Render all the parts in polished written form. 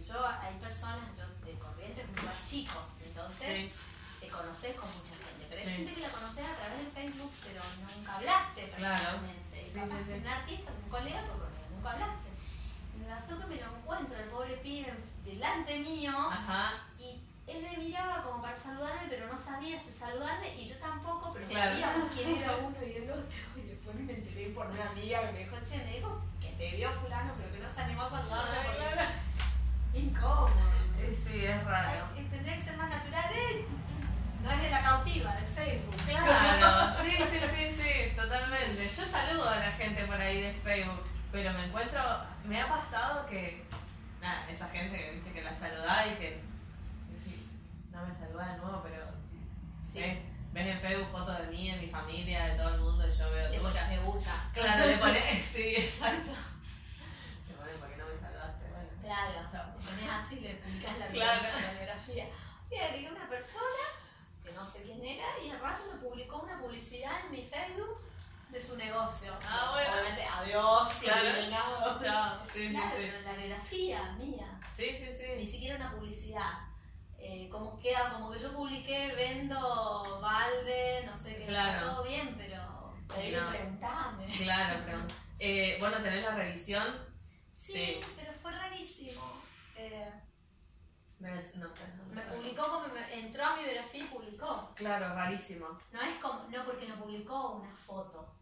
hay personas, yo de Corrientes, un lugar chico, entonces te conoces con mucha gente, pero hay gente que la conoces a través de Facebook, pero nunca hablaste personalmente. Y capaz que un artista, un colega, porque nunca hablaste. Y me pasó que me lo encuentro, el pobre pibe, delante mío, y él me miraba como para saludarme, pero no sabía si saludarme, y yo tampoco, pero sabíamos quién era uno y el otro. Y después me enteré por una amiga que me dijo, che, me dijo que te vio fulano, pero que no se animó a saludarte porque incómodo. Sí, es raro. Tendría que ser más natural, no es de la cautiva, de Facebook. Claro, sí, totalmente. Yo saludo a la gente por ahí de Facebook, pero me ha pasado que, nada, esa gente que viste que la saludás y que sí, no me saluda de nuevo, pero ves en Facebook fotos de mí, de mi familia, de todo el mundo, y yo veo le pones me gusta. Claro, le pones, sí, exacto. Le pones porque no me saludaste, bueno. Claro, le pones así, le publicás la biografía. Y agregué una persona que no sé quién era, y al rato me publicó una publicidad en mi Facebook de su negocio. Bueno. Obviamente, adiós, eliminado. Chao. Pero en la biografía mía. Ni siquiera una publicidad. Como queda, como que yo publiqué, vendo balde, no sé qué, todo bien, pero preguntame. Claro, pero bueno, ¿tenés la revisión? Sí, pero fue rarísimo. No sé. Me publicó como entró a mi biografía y publicó. Claro, rarísimo. No es como, no porque no publicó una foto.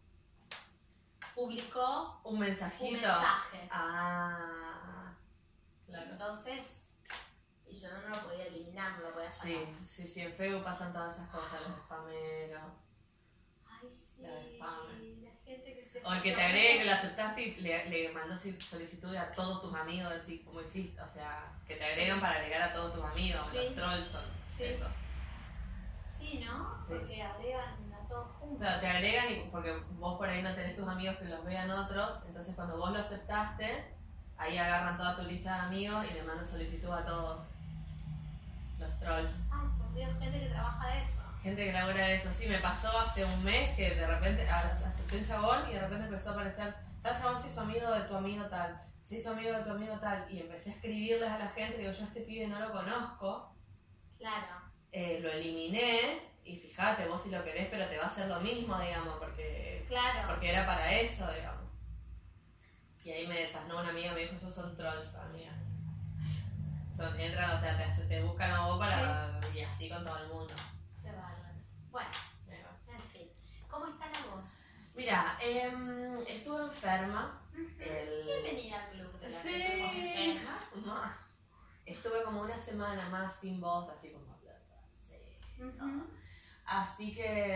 Publicó un mensajito. Un mensaje. Claro. Entonces, y yo no lo podía eliminar, no lo podía sacar. Sí, en Facebook pasan todas esas cosas, los spameros. Ay, sí. La gente que se... O el que te agregue que lo aceptaste y le mandó solicitud a todos tus amigos, así como hiciste, o sea, que te agregan para agregar a todos tus amigos, los trolls son eso. Sí, ¿no? Porque agregan a todos juntos. Claro, te agregan y porque vos por ahí no tenés tus amigos que los vean otros, entonces cuando vos lo aceptaste, ahí agarran toda tu lista de amigos y le mandan solicitud a todos los trolls. Ay, por Dios, gente que trabaja de eso. Gente que labura de eso. Sí, me pasó hace un mes que de repente acepté un chabón y de repente empezó a aparecer, tal chabón sí, su amigo de tu amigo tal, sí, su amigo de tu amigo tal, y empecé a escribirles a la gente, digo, yo a este pibe no lo conozco. Claro. Lo eliminé, y fíjate, vos si lo querés, pero te va a hacer lo mismo, digamos, porque era para eso, digamos. Y ahí me desasnó una amiga, me dijo, esos son trolls, amiga. Entran, o sea, te buscan a vos para... y así con todo el mundo. Qué bárbaro. Bueno, en fin. ¿Cómo está la voz? Mira, estuve enferma. Bienvenida al club de la enferma. Estuve como una semana más sin voz, así como hablando así que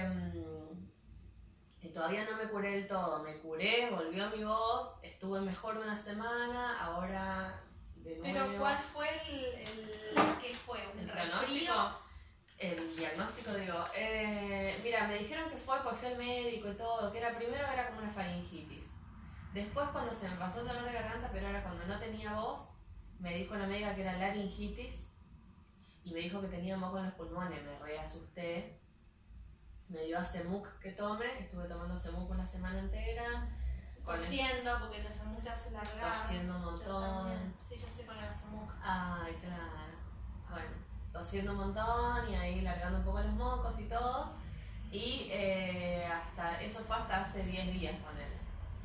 todavía no me curé del todo. Me curé, volvió mi voz, estuve mejor una semana, ahora de nuevo. ¿Pero cuál fue qué fue? ¿Un resfrío? El diagnóstico, digo, mira, me dijeron que fue porque fui al médico y todo, que primero era como una faringitis. Después cuando se me pasó el dolor de garganta, pero ahora cuando no tenía voz, me dijo una médica que era laringitis y me dijo que tenía moco en los pulmones, me reasusté. Me dio a Semuc que tome, estuve tomando Semuc una semana entera. Tosiendo, porque la Semuc te hace largar. Tosiendo un montón. Sí, yo estoy con la Semuc. Ay, claro. Bueno, tosiendo un montón y ahí largando un poco los mocos y todo. Y eso fue hasta hace 10 días con él.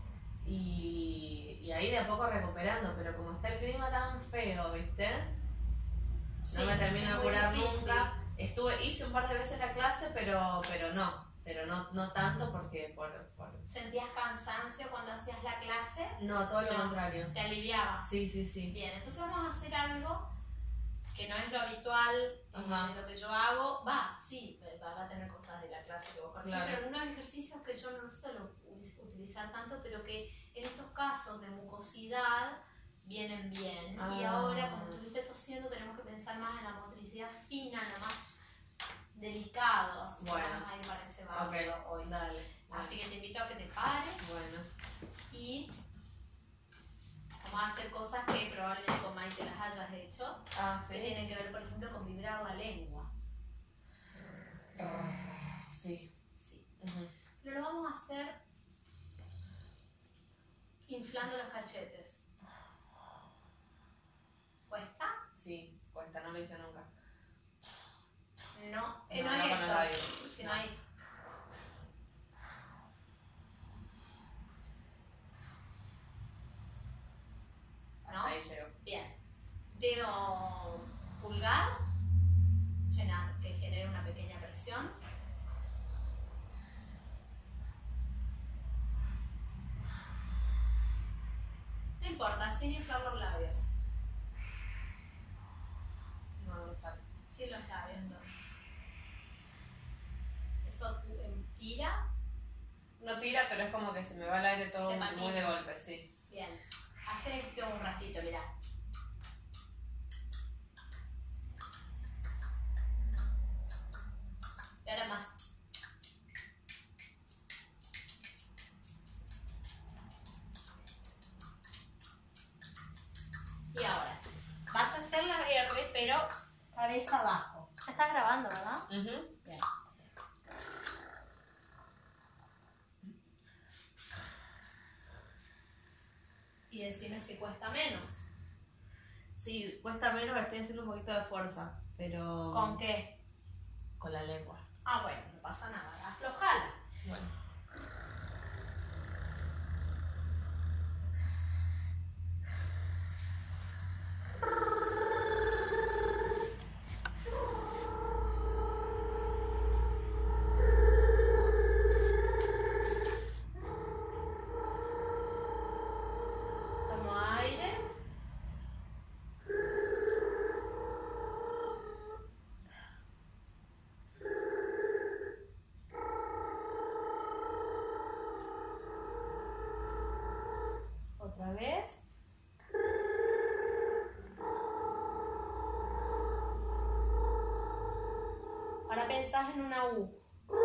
Y ahí de a poco recuperando, pero como está el clima tan feo, ¿viste? No me termino de curar nunca. Hice un par de veces la clase, pero no tanto porque ¿Sentías cansancio cuando hacías la clase? No, todo lo contrario. ¿Te aliviaba? Sí. Bien, entonces vamos a hacer algo que no es lo habitual de lo que yo hago. Va a tener cosas de la clase que vos conocés, pero algunos ejercicios que yo no suelo utilizar tanto, pero que en estos casos de mucosidad vienen bien. Y ahora, como estuviste tosiendo, tenemos que pensar más en la motricidad fina, en lo más delicado. Así que vamos a ir para ese barrio hoy. Dale. Así que te invito a que te pares. Y vamos a hacer cosas que probablemente con Maite las hayas hecho. Que tienen que ver, por ejemplo, con vibrar la lengua. Sí. Pero lo vamos a hacer inflando los cachetes. ¿Cuesta? Cuesta, no lo hice nunca. No es esto, sino ahí. ¿No? Ahí llego. Bien. Dedo pulgar, que genere una pequeña presión. No importa, sin inflar los labios. No me sale. Sí, los labios entonces. Eso tira. No tira, pero es como que se me va el aire todo muy de golpe, sí. Bien. Hace esto un ratito, mirá. Y ahora más. Y ahora, vas a hacer la verde, pero cabeza abajo. Estás grabando, ¿verdad? Bien. Y decime si cuesta menos. Sí, cuesta menos, estoy haciendo un poquito de fuerza, pero... ¿Con qué? Con la lengua. Ah, bueno, no pasa nada. Aflojala. Bueno. Tomo aire. Otra vez. Ahora pensás en una U.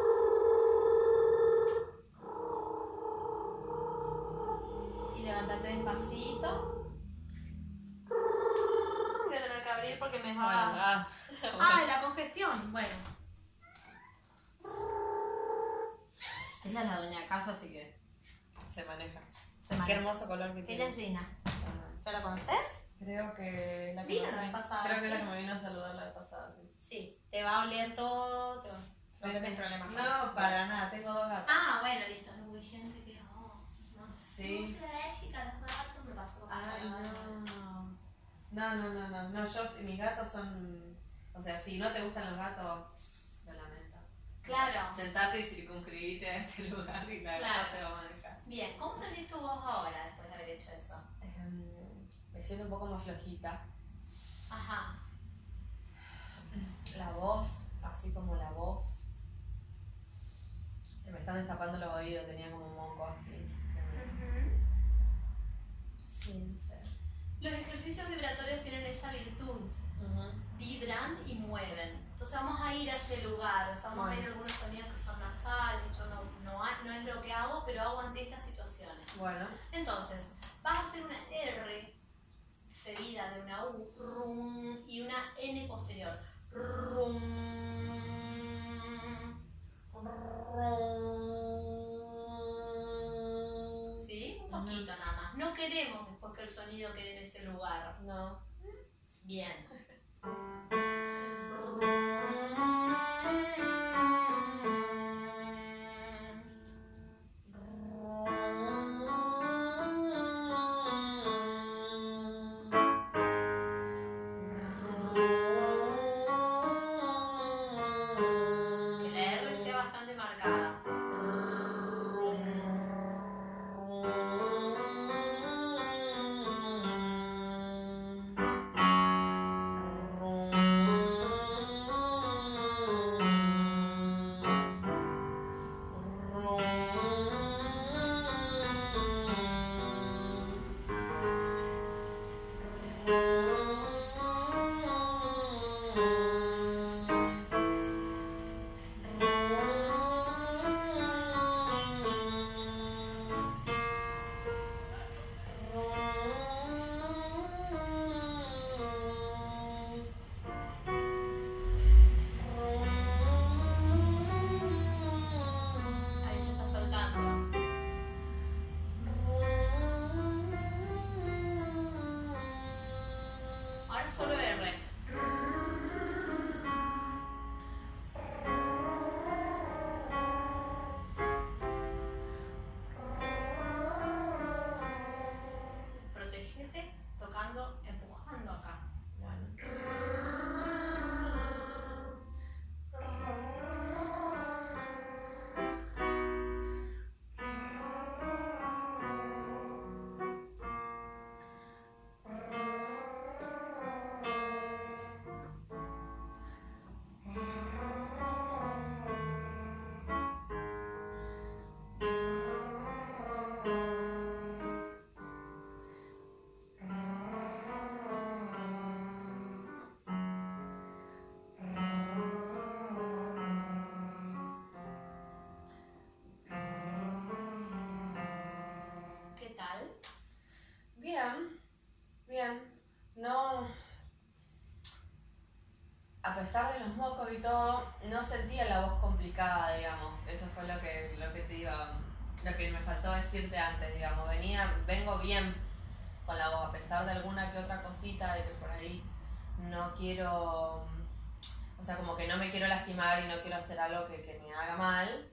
Y levántate despacito. Voy a tener que abrir porque me va... la congestión. Bueno. Ella es la dueña de casa, así que... Se maneja. Se maneja. Qué hermoso color que tiene. Ella es Gina. ¿Ya la conoces? Creo que la que Vino la vez pasada. Creo que ¿sí? la que me vino a saludar la vez pasada, sí. Sí, te va a oler todo. No tenés problemas con eso. No, para nada, tengo 2 gatos. Ah, bueno, listo. No hubo gente que no. Sí. No soy alérgica a los gatos, me pasó con Ay, no, yo y mis gatos son... O sea, si no te gustan los gatos, lo lamento. Claro. Sentate y circunscribite a este lugar y la Claro. gata se va a manejar. Bien, ¿cómo sentís tu voz ahora después de haber hecho eso? Me siento un poco más flojita. Ajá. La voz, así como la voz. Se me están destapando los oídos, tenía como un moco así. Sí, no sé. Los ejercicios vibratorios tienen esa virtud. Vibran y mueven. Entonces vamos a ir a ese lugar, o sea, vamos a ir a algunos sonidos que son nasales, yo no es lo que hago, pero hago ante estas situaciones. Bueno. Entonces, vas a hacer una R seguida de una U, rum, y una N posterior. Rum, rum. ¿Sí? Un poquito nada más. No queremos después que el sonido quede en ese lugar. No. Bien. Que la R sea bastante marcada. Ahí se está soltando. Ahora solo R. pesar de los mocos y todo, no sentía la voz complicada, digamos. Eso fue lo que me faltó decirte antes, digamos. Vengo bien con la voz, a pesar de alguna que otra cosita, de que por ahí no quiero, o sea, como que no me quiero lastimar y no quiero hacer algo que me haga mal.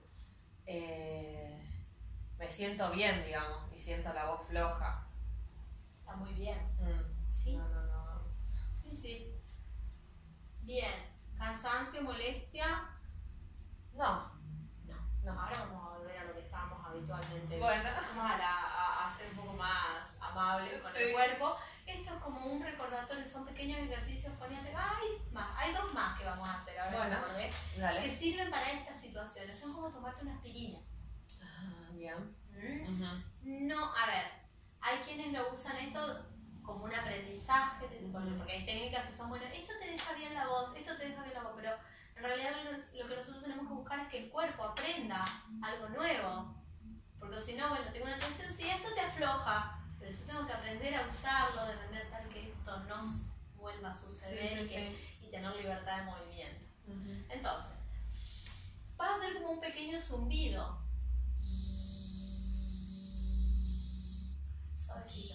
Me siento bien, digamos, y siento la voz floja. Está muy bien. Sí. No. Sí. Bien. ¿Cansancio, molestia? No. Ahora vamos a volver a lo que estábamos habitualmente. Bueno. Vamos a ser un poco más amables con el cuerpo. Esto es como un recordatorio, son pequeños ejercicios fonéticos. Hay 2 más que vamos a hacer ahora, me acordé, que sirven para estas situaciones. Son como tomarte una aspirina. Bien. No, a ver, hay quienes lo usan esto como un aprendizaje, porque hay técnicas que son buenas. Esto te deja bien la voz, pero en realidad lo que nosotros tenemos que buscar es que el cuerpo aprenda algo nuevo. Porque si no, bueno, tengo una tensión, si esto te afloja, pero yo tengo que aprender a usarlo de manera tal que esto no vuelva a suceder y tener libertad de movimiento. Entonces, vas a hacer como un pequeño zumbido. Suavecito.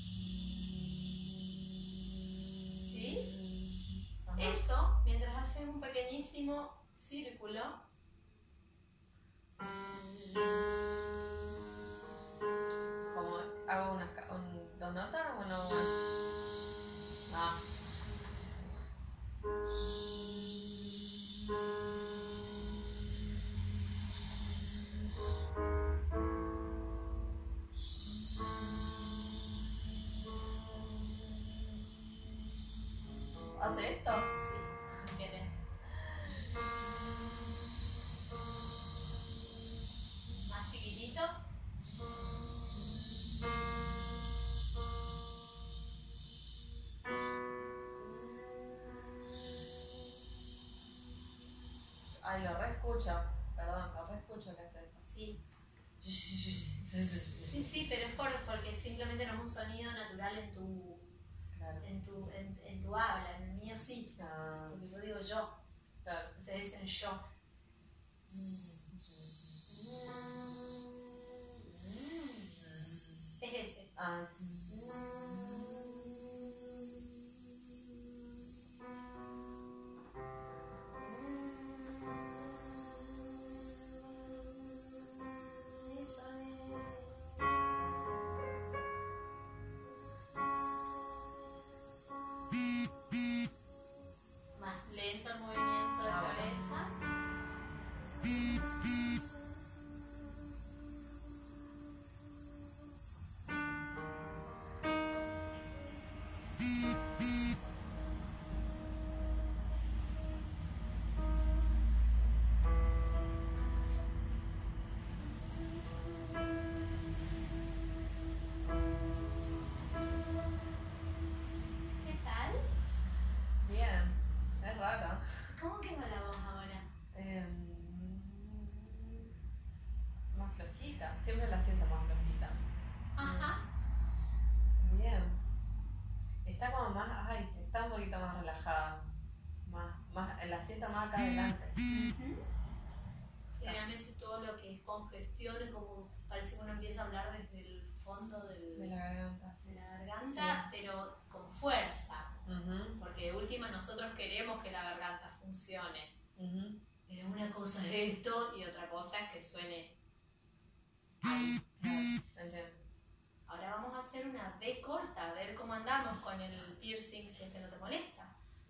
¿Sí? Eso, mientras haces un pequeñísimo círculo. ¿Cómo hago 2 notas o no? No. ¿Hace esto? Sí, viene. Más chiquitito. Ay, lo reescucho. Perdón, lo reescucho que hace esto. Sí. Sí, pero es porque simplemente no es un sonido natural en tu habla. En el mío sí. Porque yo digo yo. Claro. Ustedes dicen yo. Es ese. Más lento el movimiento de cabeza. ¿Qué tal? Bien, es raro. ¿Cómo quedó la voz ahora? Más flojita, siempre la siento más flojita. Ajá. Bien. Está como más, está un poquito más relajada. La siento más acá adelante. Generalmente todo lo que es congestión es como parece que uno empieza a hablar desde el fondo de la garganta. De la garganta, sí. Pero con fuerza. Porque de última nosotros queremos que la garganta funcione. Pero una cosa es esto y otra cosa es que suene. Entiendo. Ahora vamos a hacer una B corta, a ver cómo andamos con el piercing si es que no te molesta.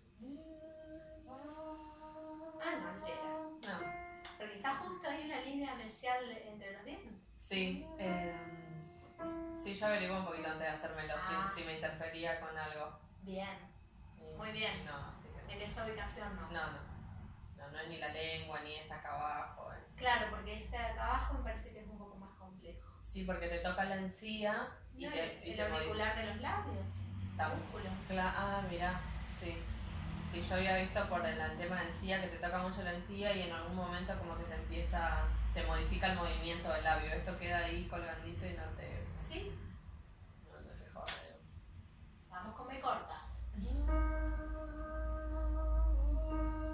No entera. No. Porque está justo ahí la línea mesial entre los dientes. Sí. Sí, yo averigué un poquito antes de hacérmelo, si me interfería con algo. Bien. Muy bien. No, así que... En esa ubicación no. No es ni la lengua, ni esa acá abajo. Claro, porque ese de acá abajo me parece que es un poco más complejo. Sí, porque te toca la encía y el auricular de los labios. Músculo. Mirá, sí. Sí, yo había visto por el tema de encía que te toca mucho la encía y en algún momento como que te modifica el movimiento del labio. Esto queda ahí colgandito y no te... ¿Sí? No te jode. Vamos con B corta.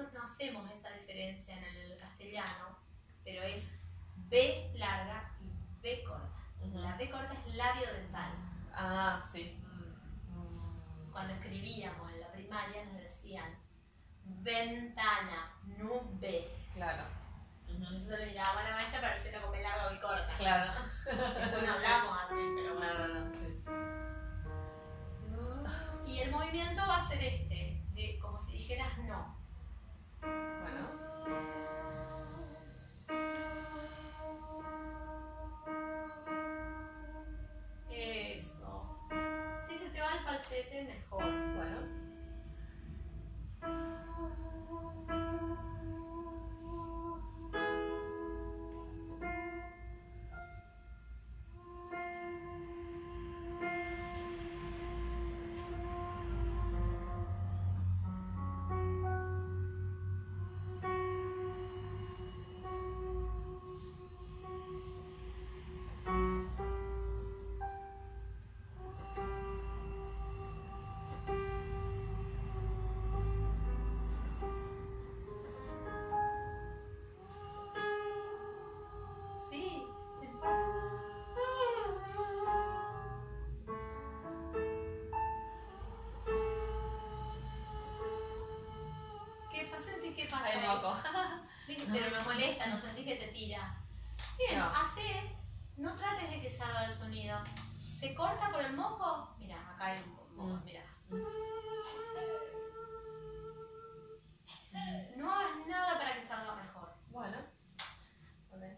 nosotros no hacemos esa diferencia en el castellano, pero es B larga y B corta. La B corta es labio dental. Ah, sí. Cuando escribíamos en la primaria nos decían ventana, nube. Claro. Entonces le miraba a la maestra para ver si era con B larga o B corta. Claro. Después no hablamos así, pero bueno. No, sí. Y el movimiento va a ser este, de como si dijeras no. Bueno. Eso. Si se te va el falsete, mejor. Bueno. ¿Qué pasa? Hay moco. Pero me molesta, no sentís que te tira. Bien, No. No trates de que salga el sonido. ¿Se corta por el moco? Mira, acá hay un moco, mira. No hagas nada para que salga mejor. Bueno. Okay.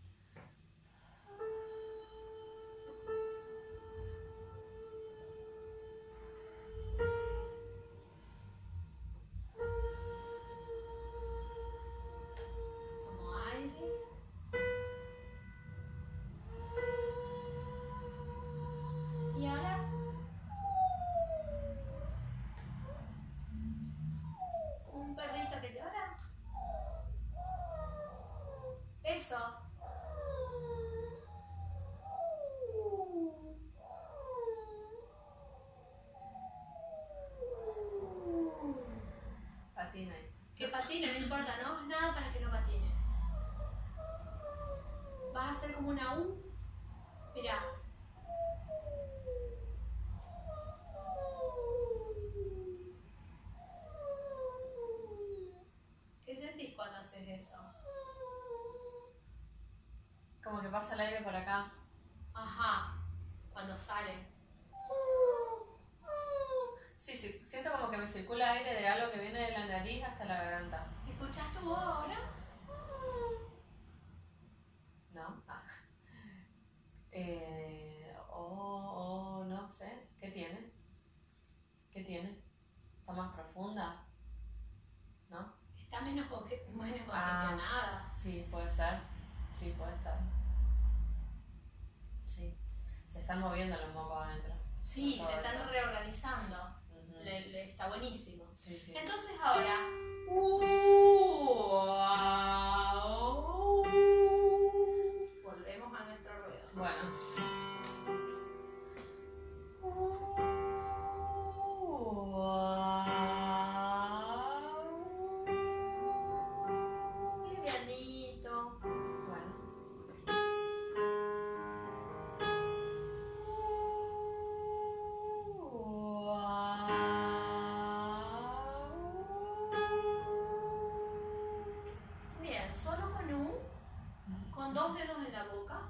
Eso. Patina. Que patine, no importa, no hagas nada para que no patine. Vas a hacer como una U. Mirá. ¿Qué sentís cuando haces eso? Como que pasa el aire por acá. Ajá, cuando sale. Sí, sí, siento como que me circula aire de algo que viene de la nariz hasta la garganta. ¿Escuchás tu voz ahora? ¿No? Ah. No sé. ¿Qué tiene? ¿Qué tiene? ¿Está más profunda? ¿No? Está menos congestionada. Sí, puede ser. Sí, puede ser. Sí. Se están moviendo los mocos adentro. Sí, se están reorganizando. Está buenísimo. Sí, sí. Entonces ahora. Volvemos a nuestro ruedo. Bueno. Livianito. Bueno. Bien, solo con U, con 2 dedos en la boca.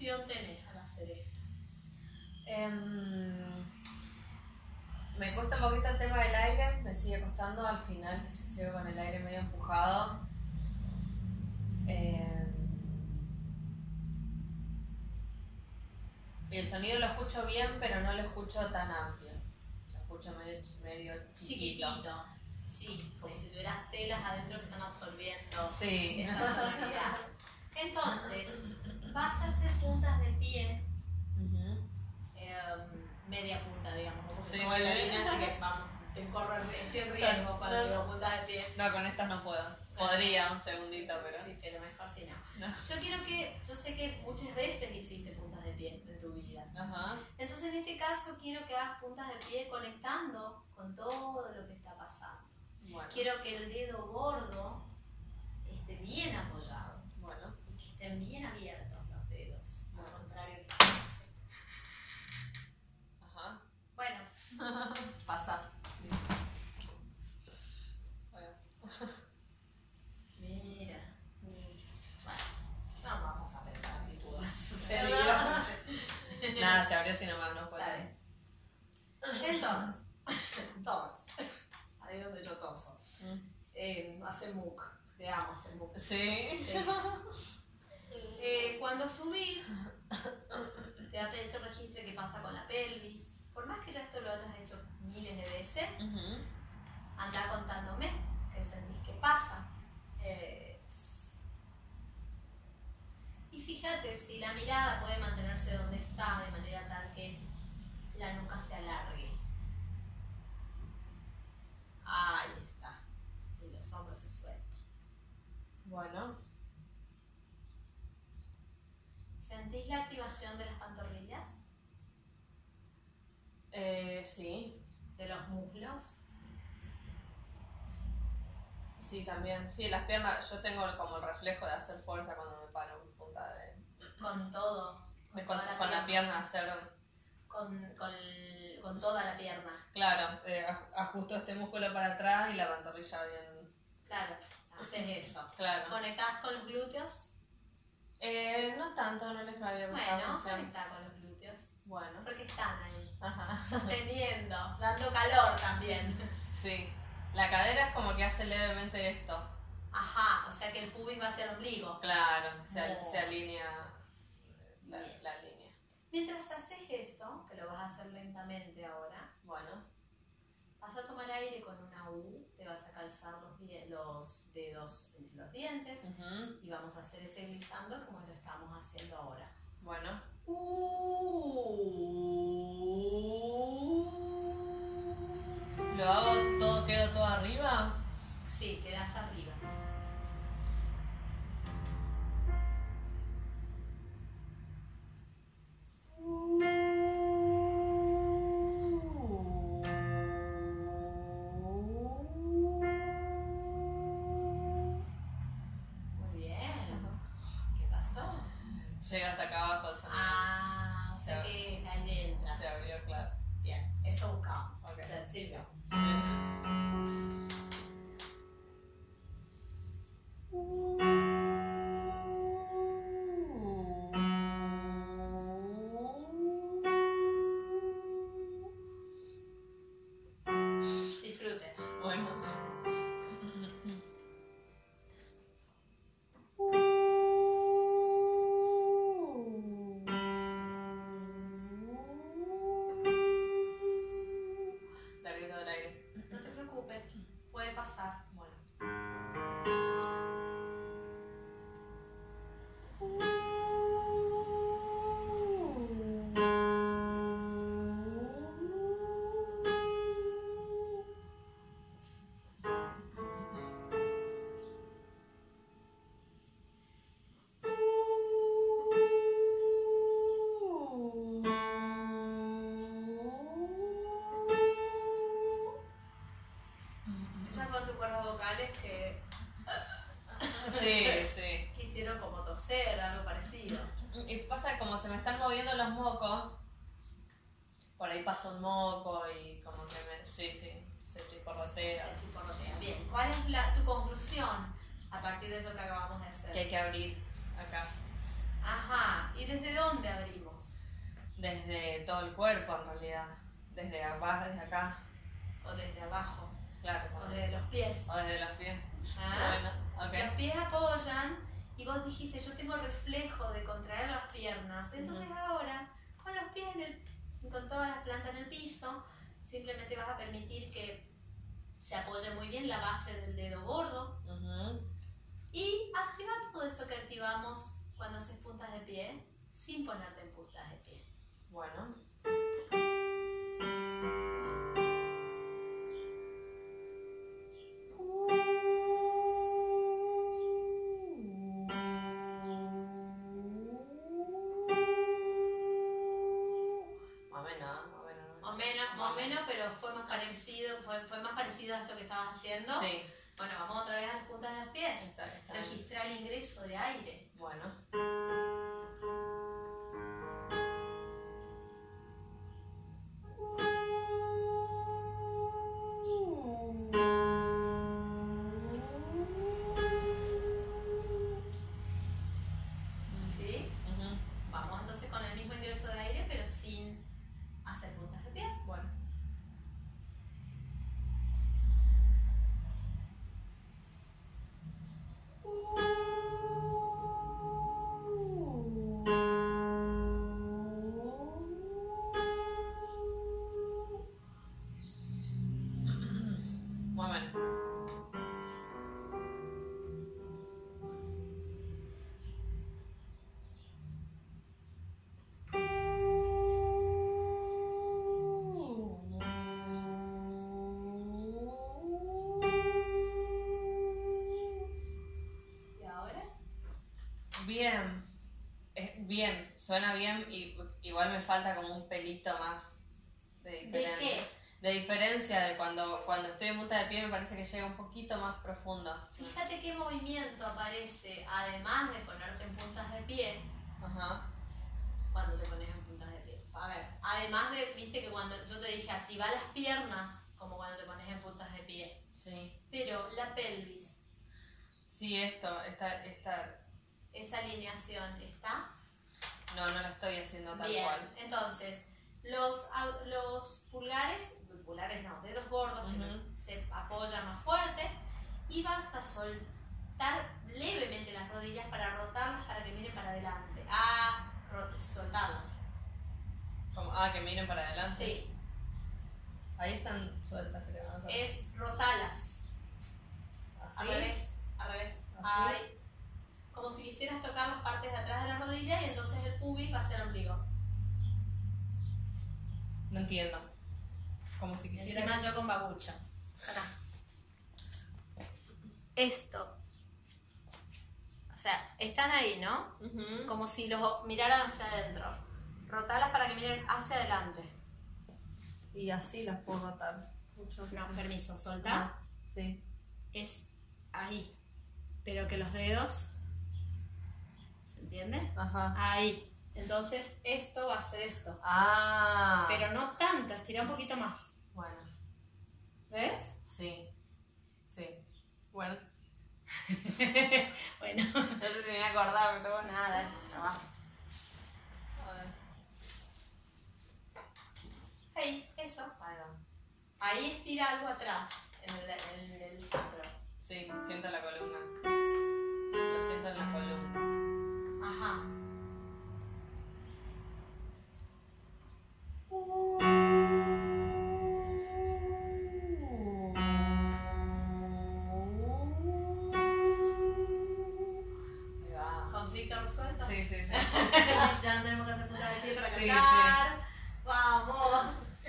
sensación tenés al hacer esto? Me cuesta un poquito el tema del aire, me sigue costando, al final llego con el aire medio empujado. Y el sonido lo escucho bien, pero no lo escucho tan amplio. Lo escucho medio chiquitito. Sí, como si tuvieras telas adentro que están absorbiendo sí. esa sonoridad. Entonces, vas a hacer puntas de pie, media punta, digamos, porque sí, se mueve la línea, así que vamos, estoy en riesgo cuando digo puntas de pie. No, con estas no puedo. Podría un segundito, pero... Sí, pero mejor si no. Yo sé que muchas veces hiciste puntas de pie en tu vida. Ajá. Entonces, en este caso, quiero que hagas puntas de pie conectando con todo lo que está pasando. Bueno. Quiero que el dedo gordo esté bien apoyado. Bueno. Y que estén bien abiertos los dedos. Al contrario que así. Ajá. Bueno. Pasa. Mira. Bueno, no vamos a pensar que pudo haber sucedido. Nada, se abrió así nomás, no fue. Entonces, ahí donde yo toso. Hace muc, te amo hacer muc. Sí. Cuando subís, te va a pedir que registre qué pasa con la pelvis. Por más que ya esto lo hayas hecho miles de veces, anda contándome qué sentís que pasa. Y fíjate si la mirada puede mantenerse donde está de manera tal que la nuca se alargue. Ahí está. Y los hombros se sueltan. Bueno. ¿Sentís la activación de las pantorrillas? Sí. ¿De los muslos? Sí, también. Sí, las piernas, yo tengo como el reflejo de hacer fuerza cuando me paro en punta de... Con todo. Con la pierna hacer... Con toda la pierna. Claro, ajusto este músculo para atrás y la pantorrilla bien... Claro, haces eso. Claro. ¿Conectás con los glúteos? No tanto, no les había Bueno, conectá con los glúteos. Bueno. Porque están ahí. Ajá. Sosteniendo, dando calor también. Sí. La cadera es como que hace levemente esto. Ajá, o sea que el pubis va hacia el ombligo. Claro, se alinea la línea. Mientras haces eso, que lo vas a hacer lentamente ahora, bueno, vas a tomar aire con una U, te vas a calzar los dedos entre los dientes y vamos a hacer ese glissando como lo estamos haciendo ahora. Bueno. ¿Lo hago todo, quedo todo arriba? Sí, quedas arriba. Muy bien. ¿Qué pasó? Llega hasta acá abajo el sonido. O sea que el aire entra. Se abrió, claro. Bien, eso buscamos. Okay. Sirvió. Disfrute. Bueno. Larguito del aire. No te preocupes, puede pasar. Bueno. Esas fueron tus cuerdas vocales que Sí. quisieron como toser, algo parecido. Y pasa como se me están moviendo los mocos, por ahí pasa un moco y como que se chisporrotea. Se chisporrotea. Bien, ¿cuál es tu conclusión a partir de eso que acabamos de hacer? Que hay que abrir acá. Ajá. ¿Y desde dónde abrimos? Desde todo el cuerpo, en realidad. Desde abajo, desde acá. O desde abajo. Claro. O desde los pies. O desde los pies. ¿Ah? Bueno, ok. Los pies apoyan y vos dijiste, yo tengo reflejo de contraer las piernas. Entonces ahora, con los pies con todas las plantas en el piso, simplemente vas a permitir que se apoye muy bien la base del dedo gordo. Y activa todo eso que activamos cuando haces puntas de pie, sin ponerte en puntas de pie. Bueno. Más o menos, pero fue más parecido a esto que estabas haciendo. Sí. Bueno, vamos otra vez a las puntas de los pies. Está. Registrar el ingreso de aire. Bueno. ¿Sí? Vamos entonces con el mismo ingreso de aire, pero sin hacer puntas de pie. Bueno. Bien, suena bien y igual me falta como un pelito más de diferencia. ¿De qué? De diferencia de cuando estoy en punta de pie me parece que llega un poquito más profundo. Fíjate qué movimiento aparece, además de ponerte en puntas de pie. Cuando te pones en puntas de pie. A ver, además de, viste que cuando yo te dije activar las piernas, como cuando te pones en puntas de pie. Sí. Pero la pelvis. Sí, esa alineación está. No la estoy haciendo tal bien, cual. Entonces, los pulgares no, dedos gordos que se apoyan más fuerte y vas a soltar levemente las rodillas para rotarlas para que miren para adelante. Soltarlas. Que miren para adelante. Sí. Ahí están sueltas, creo. Es rotalas. ¿Así? Al revés. ¿Así? Ahí. Como si quisieras tocar las partes de atrás de la rodilla y entonces el pubis va a ser el ombligo. No entiendo. Como si quisiera. Encima yo con babucha. Acá. Esto. O sea, están ahí, ¿no? Como si los miraran hacia adentro. Rotalas para que miren hacia adelante. Y así las puedo rotar. No, permiso, soltar. Sí. Es ahí. Pero que los dedos. ¿Se entiende? Ahí. Entonces esto va a ser esto. Pero no tanto, estira un poquito más. Bueno. ¿Ves? Sí. Bueno. Bueno. No sé si me voy a acordar, pero bueno. Nada, trabajo. A ver. Ahí, eso. Ahí va. Ahí estira algo atrás, en el sacro. Sí, siento la columna. Lo siento en la columna. Ajá. ¿Conflicto resuelto? Sí. Ya no tenemos que hacer punta de pie para Sí, cantar. ¡Vamos!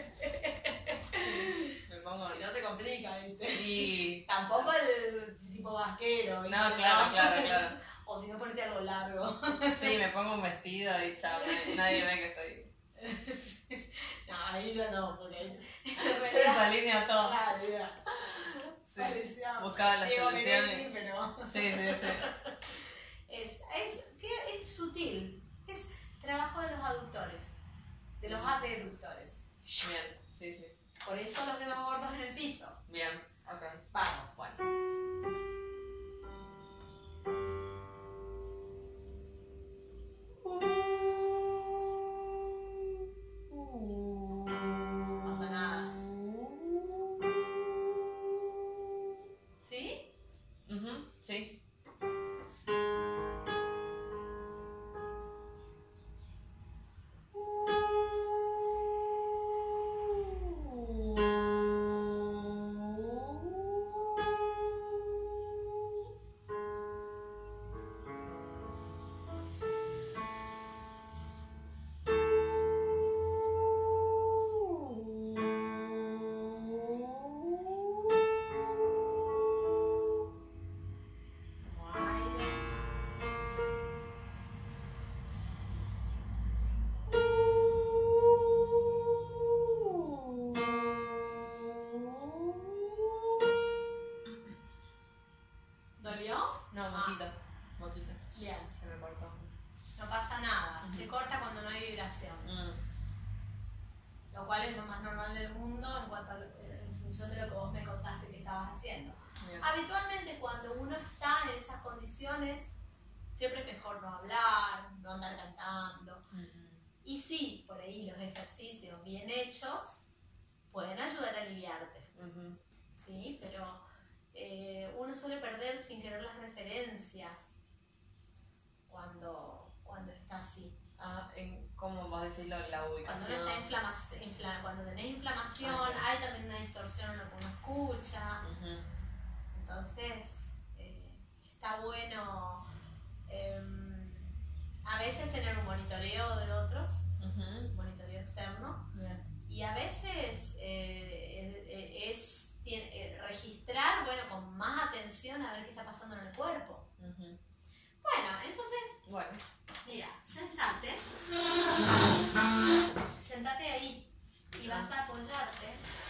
Me pongo... Si no se complica, ¿viste? Sí. Tampoco el tipo vasquero, ¿viste? No, claro. O si no, ponerte algo largo. Sí, me pongo un vestido y chao, nadie ve que estoy... No, ahí ya no, porque... Se desalinea todo. Sí. Buscaba las soluciones. Pero... Sí. Es sutil. Es trabajo de los aductores, de los abductores. Bien, sí. Por eso los dedos gordos en el piso. Bien, ok. Vamos, bueno. respiración. Lo cual es lo más normal del mundo en función de lo que vos me contaste que estabas haciendo. Bien. Habitualmente cuando uno está en esas condiciones, siempre es mejor no hablar, no andar cantando. Y sí, por ahí los ejercicios bien hechos pueden ayudar a aliviarte. ¿Sí? Pero uno suele perder sin querer las referencias cuando está así. ¿Cómo vos decís la ubicación? Cuando tenés inflamación, hay también una distorsión en lo que uno escucha. Entonces, está bueno a veces tener un monitoreo de otros, un monitoreo externo. Bien. Y a veces registrar, bueno, con más atención a ver qué está pasando en el cuerpo. Bueno, entonces, mira, sentate ahí y vas a apoyarte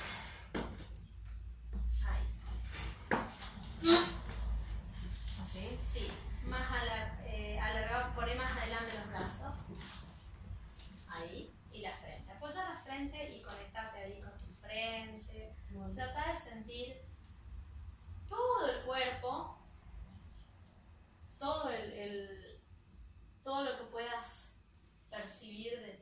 ahí. ¿Así? Sí, más alargado, por ahí más adelante los brazos. Ahí, y la frente. Apoya la frente y conectate ahí con tu frente. Trata de sentir todo el cuerpo, todo lo que puedas percibir de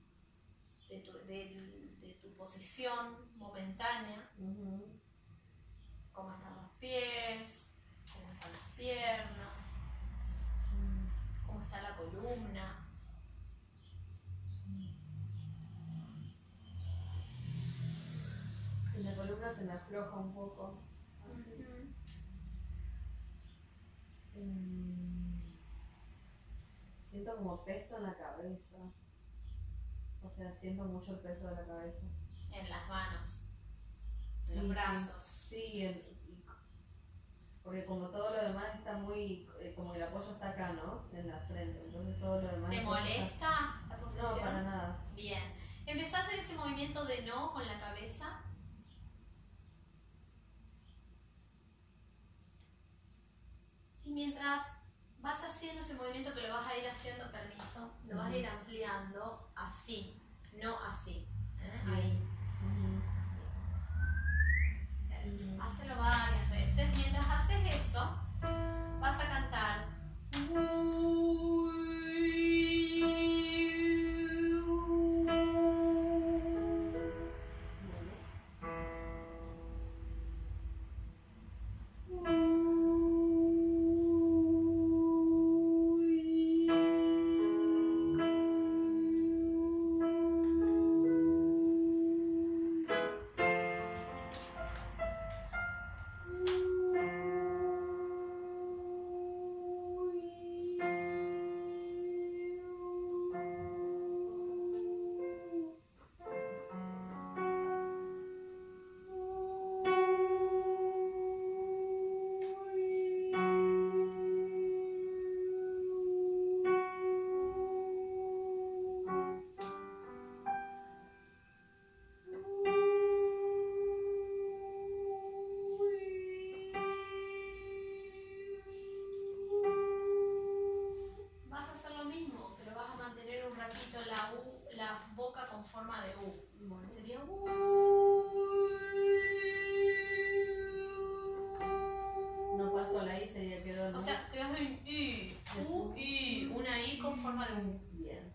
tu posición momentánea. Cómo están los pies, cómo están las piernas, cómo está la columna. Y la columna se me afloja un poco. Así. Siento como peso en la cabeza. O sea, siento mucho el peso de la cabeza. En las manos, en los brazos. Sí, porque como todo lo demás está muy, como el apoyo está acá, ¿no? En la frente, entonces todo lo demás... ¿Te molesta la posición? No, para nada. Bien. Empezás a hacer ese movimiento de no con la cabeza. Y mientras vas haciendo ese movimiento, que lo vas a ir haciendo, permiso, lo vas a ir ampliando así, no así. Ahí. Así. Hácelo varias veces. Mientras haces eso, vas a cantar. Forma de U. Sería U. No pasó la I, sería quedó. O sea, quedó en I. U, I. Una I con forma de U. Bien.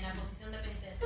la posición de penitencia.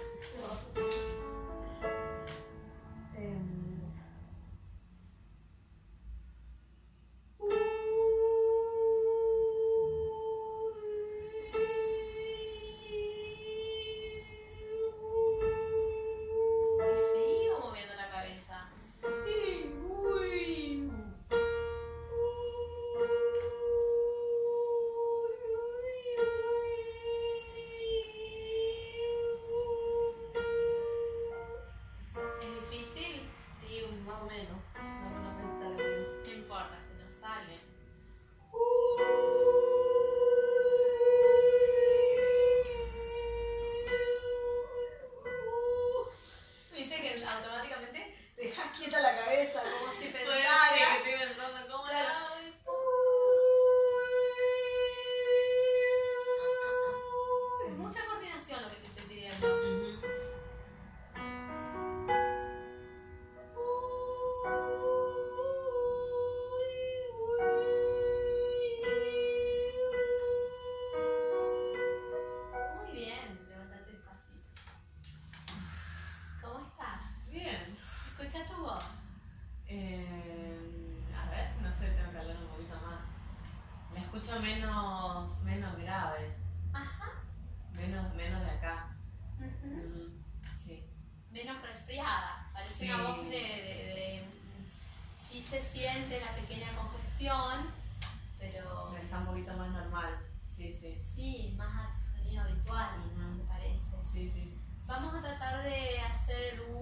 Menos grave. Ajá. Menos de acá. Sí. Menos resfriada. Parece una voz de sí se siente la pequeña congestión, pero está un poquito más normal. Sí. Sí, más a tu sonido habitual, me parece. Sí. Vamos a tratar de hacer el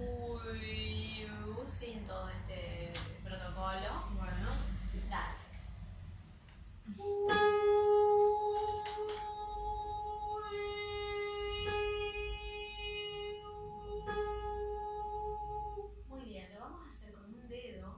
sin todo este protocolo. Bueno. Dale. Muy bien, lo vamos a hacer con un dedo.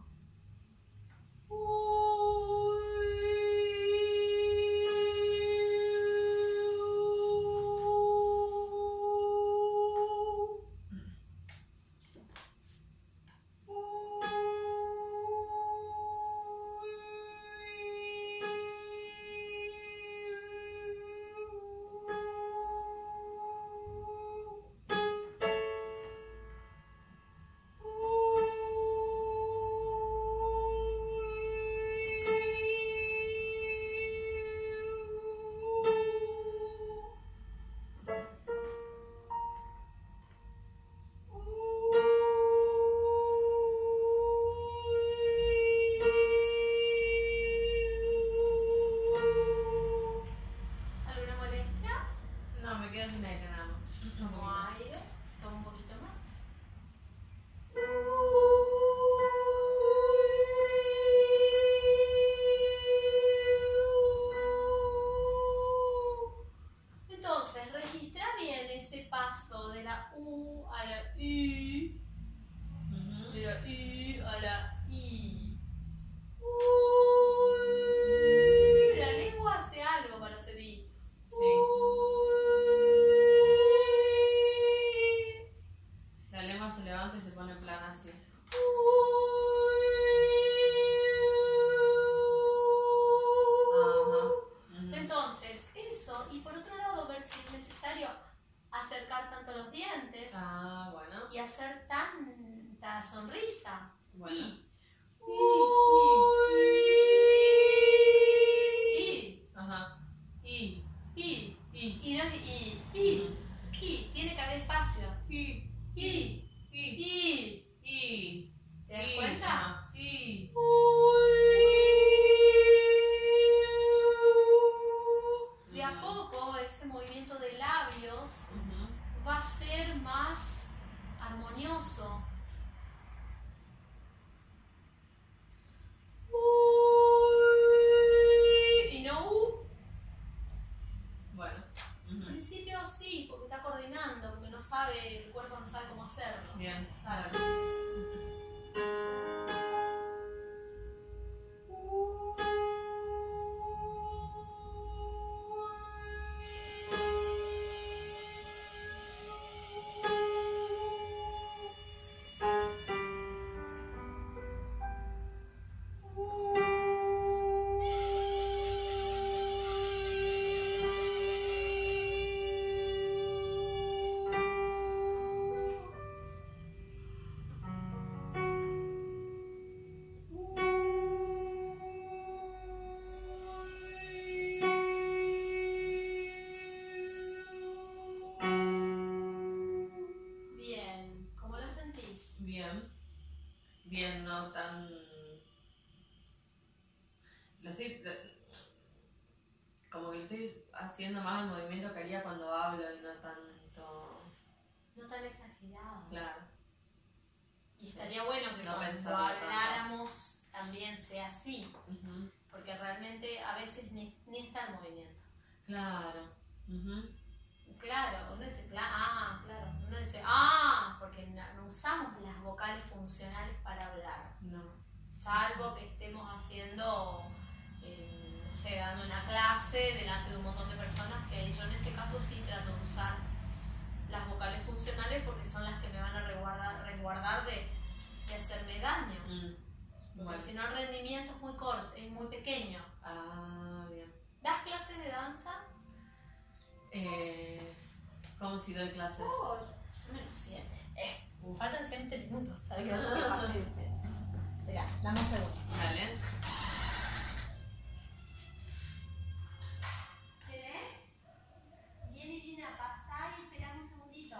Y hacer tanta sonrisa. Bueno. Ajá. Y no es tiene que haber espacio. ¿Te das cuenta? De a poco ese movimiento de labios va a ser más armonioso. Y no Bueno. Al principio sí, porque está coordinando, porque no sabe, el cuerpo no sabe cómo hacerlo. Bien. Claro. estoy haciendo más el movimiento que haría cuando hablo y no tanto... No tan exagerado. Claro. Y estaría bueno que no cuando habláramos también sea así. Porque realmente a veces ni está el movimiento. Claro. Claro, uno dice, claro. Uno dice, porque no usamos las vocales funcionales para hablar. No. Salvo que estemos haciendo, no sé, dando una clase delante de un montón de personas, que yo en ese caso sí trato de usar las vocales funcionales porque son las que me van a resguardar de hacerme daño. Porque si no el rendimiento es muy corto, es muy pequeño. Bien. ¿Das clases de danza? ¿Cómo si doy clases? Yo menos 7. Faltan 7 minutos para que no se me pase usted. Espera, dame un segundo. Dale. ¿Querés? Viene Gina a pasar y esperame un segundito.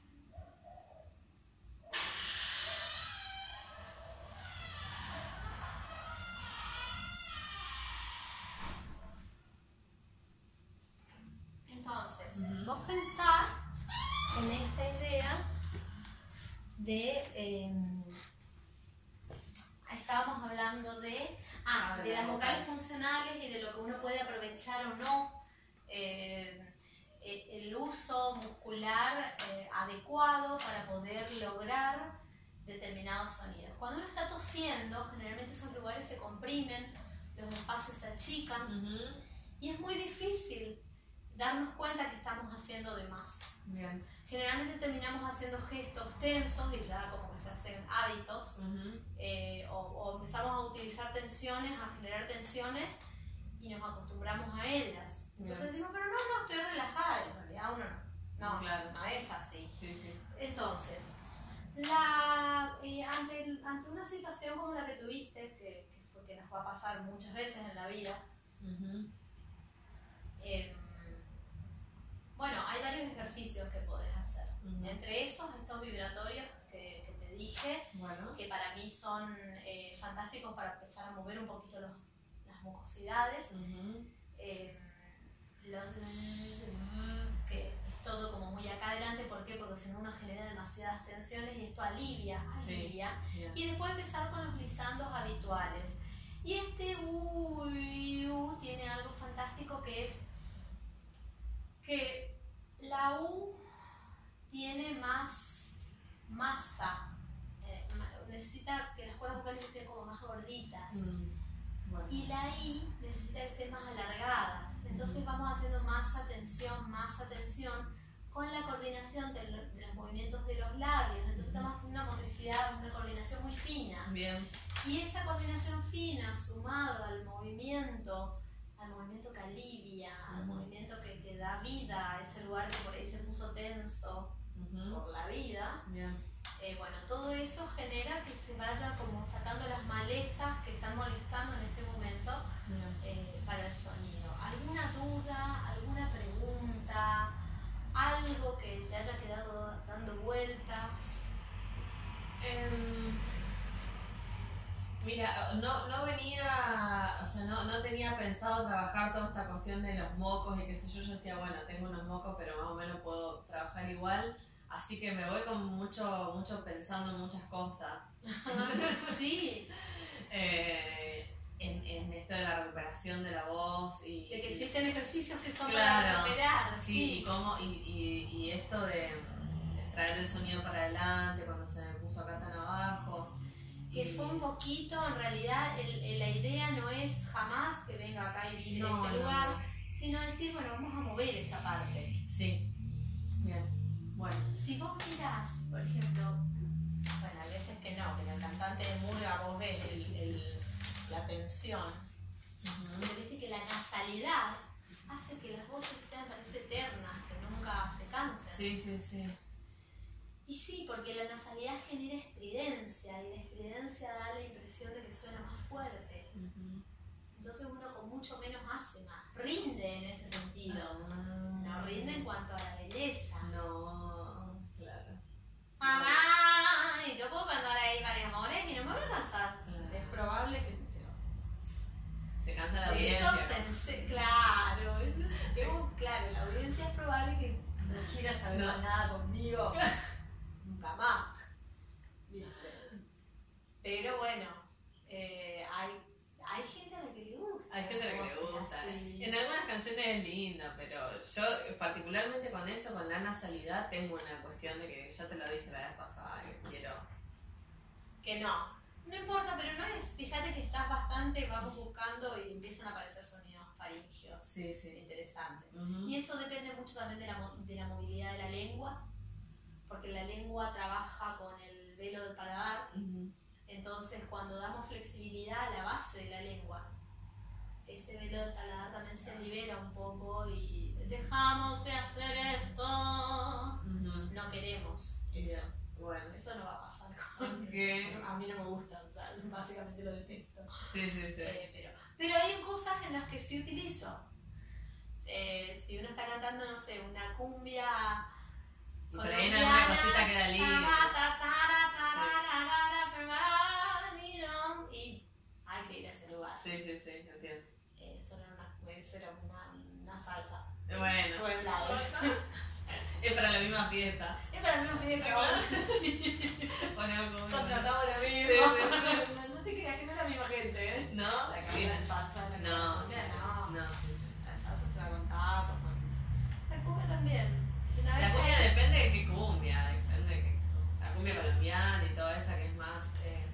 Entonces, vos pensás en esta idea de... estábamos hablando de las vocales funcionales y de lo que uno puede aprovechar o no, el uso muscular adecuado para poder lograr determinados sonidos. Cuando uno está tosiendo, generalmente esos lugares se comprimen, los espacios se achican y es muy difícil darnos cuenta que estamos haciendo de más. Bien. Generalmente terminamos haciendo gestos tensos y ya como que se hacen hábitos, o empezamos a utilizar tensiones, a generar tensiones y nos acostumbramos a ellas. Entonces decimos, pero no, estoy relajada, en realidad uno no, claro. no es así. Sí. Entonces, ante una situación como la que tuviste, que nos va a pasar muchas veces en la vida, bueno, hay varios ejercicios que podés hacer. Entre esos, estos vibratorios que te dije, que para mí son fantásticos para empezar a mover un poquito las mucosidades. Que es todo como muy acá adelante, ¿por qué? Porque si no uno genera demasiadas tensiones y esto alivia. Y después empezar con los glissando habituales. Y este tiene algo fantástico que es que la U tiene más masa, necesita que las cuerdas vocales estén como más gorditas. Y la I necesita que estén más alargadas. Entonces vamos haciendo más atención con la coordinación de los movimientos de los labios. Entonces estamos haciendo una motricidad, una coordinación muy fina. Bien. Y esa coordinación fina sumado al movimiento que alivia, al movimiento que da vida a ese lugar que por ahí se puso tenso por la vida. Bueno, todo eso genera que se vaya como sacando las malezas que están molestando en este momento para el sonido. ¿Alguna duda, alguna pregunta, algo que te haya quedado dando vueltas? Mira, no venía, o sea, no tenía pensado trabajar toda esta cuestión de los mocos y qué sé yo. Yo decía, bueno, tengo unos mocos, pero más o menos puedo trabajar igual. Así que me voy con mucho pensando en muchas cosas. Sí. En esto de la recuperación de la voz y... De que existen ejercicios que son claro, para recuperar. Sí, y esto de traer el sonido para adelante cuando se me puso acá tan abajo. Que fue un poquito, en realidad la idea no es jamás que venga acá y vive en este lugar, sino decir, bueno, vamos a mover esa parte. Sí, bien, bueno. Si vos mirás, por ejemplo, bueno, a veces que no, que en el cantante de murga vos ves la tensión, pero viste que la nasalidad hace que las voces sean, parece eternas, que nunca se cansen. Sí. Y sí, porque la nasalidad genera estridencia y la estridencia da la impresión de que suena más fuerte. Entonces uno con mucho menos hace más. Rinde en ese sentido. No rinde en cuanto a la belleza. No, claro. ¡Mamá! Y yo puedo cantar ahí varias horas y no me voy a cansar. Claro. Es probable que... Se cansa la de audiencia. hecho, claro. quieras saber más nada conmigo, nunca más. ¿Viste? Pero bueno, hay gente a la que le gusta. Hay gente a la que le gusta. Sí. En algunas canciones es lindo, pero yo particularmente con eso, con la nasalidad, tengo una cuestión de que ya te lo dije la vez pasada, que quiero... Que no importa, pero no es, fíjate que estás bastante, vamos buscando y empiezan a aparecer sonidos faringios. Sí. Interesantes. Y eso depende mucho también de la movilidad de la lengua, porque la lengua trabaja con el velo del paladar. Entonces, cuando damos flexibilidad a la base de la lengua, ese velo del paladar también se libera un poco y dejamos de hacer esto. No queremos eso. Bueno. Eso no va a pasar. Okay. A mí no me gusta, o sea, básicamente lo detesto. Sí. Pero hay cosas en las que sí utilizo. Si uno está cantando, no sé, una cumbia y por ahí en alguna cosita queda libre. Y hay que ir a ese lugar. Sí, entiendo. Eso era una salsa. Bueno. Es para la misma fiesta. Es para la misma fiesta, claro. Sí. Contratamos lo mismo. No te creas que no es la misma gente, ¿eh? ¿No? La cumbia de salsa, la cumbia no. La salsa se va con tacos. La cumbia también. La cumbia depende de qué cumbia. La cumbia colombiana y toda esa que es más...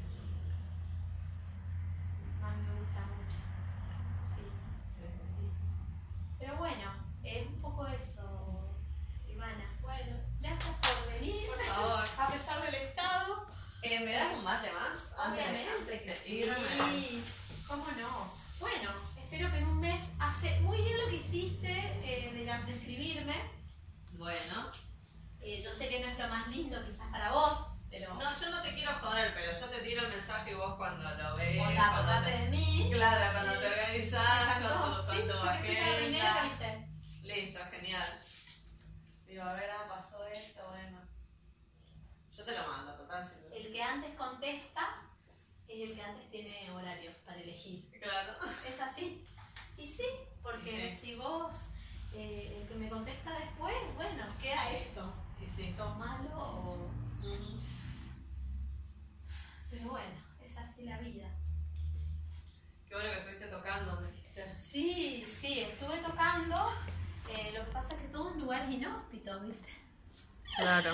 A mí me gusta mucho. Sí. Pero bueno, es un poco eso, Ivana. Bueno, gracias por venir. Por favor. A pesar del estado. ¿Me das un mate más? Obviamente que sí. ¿Cómo no? Bueno, espero que en un mes hace muy bien lo que hiciste de escribirme. Bueno. Yo sé que no es lo más lindo quizás para vos, pero... No, yo no te quiero joder, pero yo te tiro el mensaje y vos cuando lo ves... Vos te acordate de mí. Claro, cuando te organizás con tu agenda. Avisé. Listo, genial. Digo, a ver, pasó esto, bueno. Yo te lo mando, total. El que antes contesta es el que antes tiene horarios para elegir. Claro. ¿Es así? Y sí, porque si vos, el que me contesta después, bueno, queda esto. Y sí. ¿Esto es malo o...? Pero bueno, es así la vida. Qué bueno que estuviste tocando, me dijiste. Sí, estuve tocando. Lo que pasa es que todo en lugares inhóspitos, ¿viste? Claro.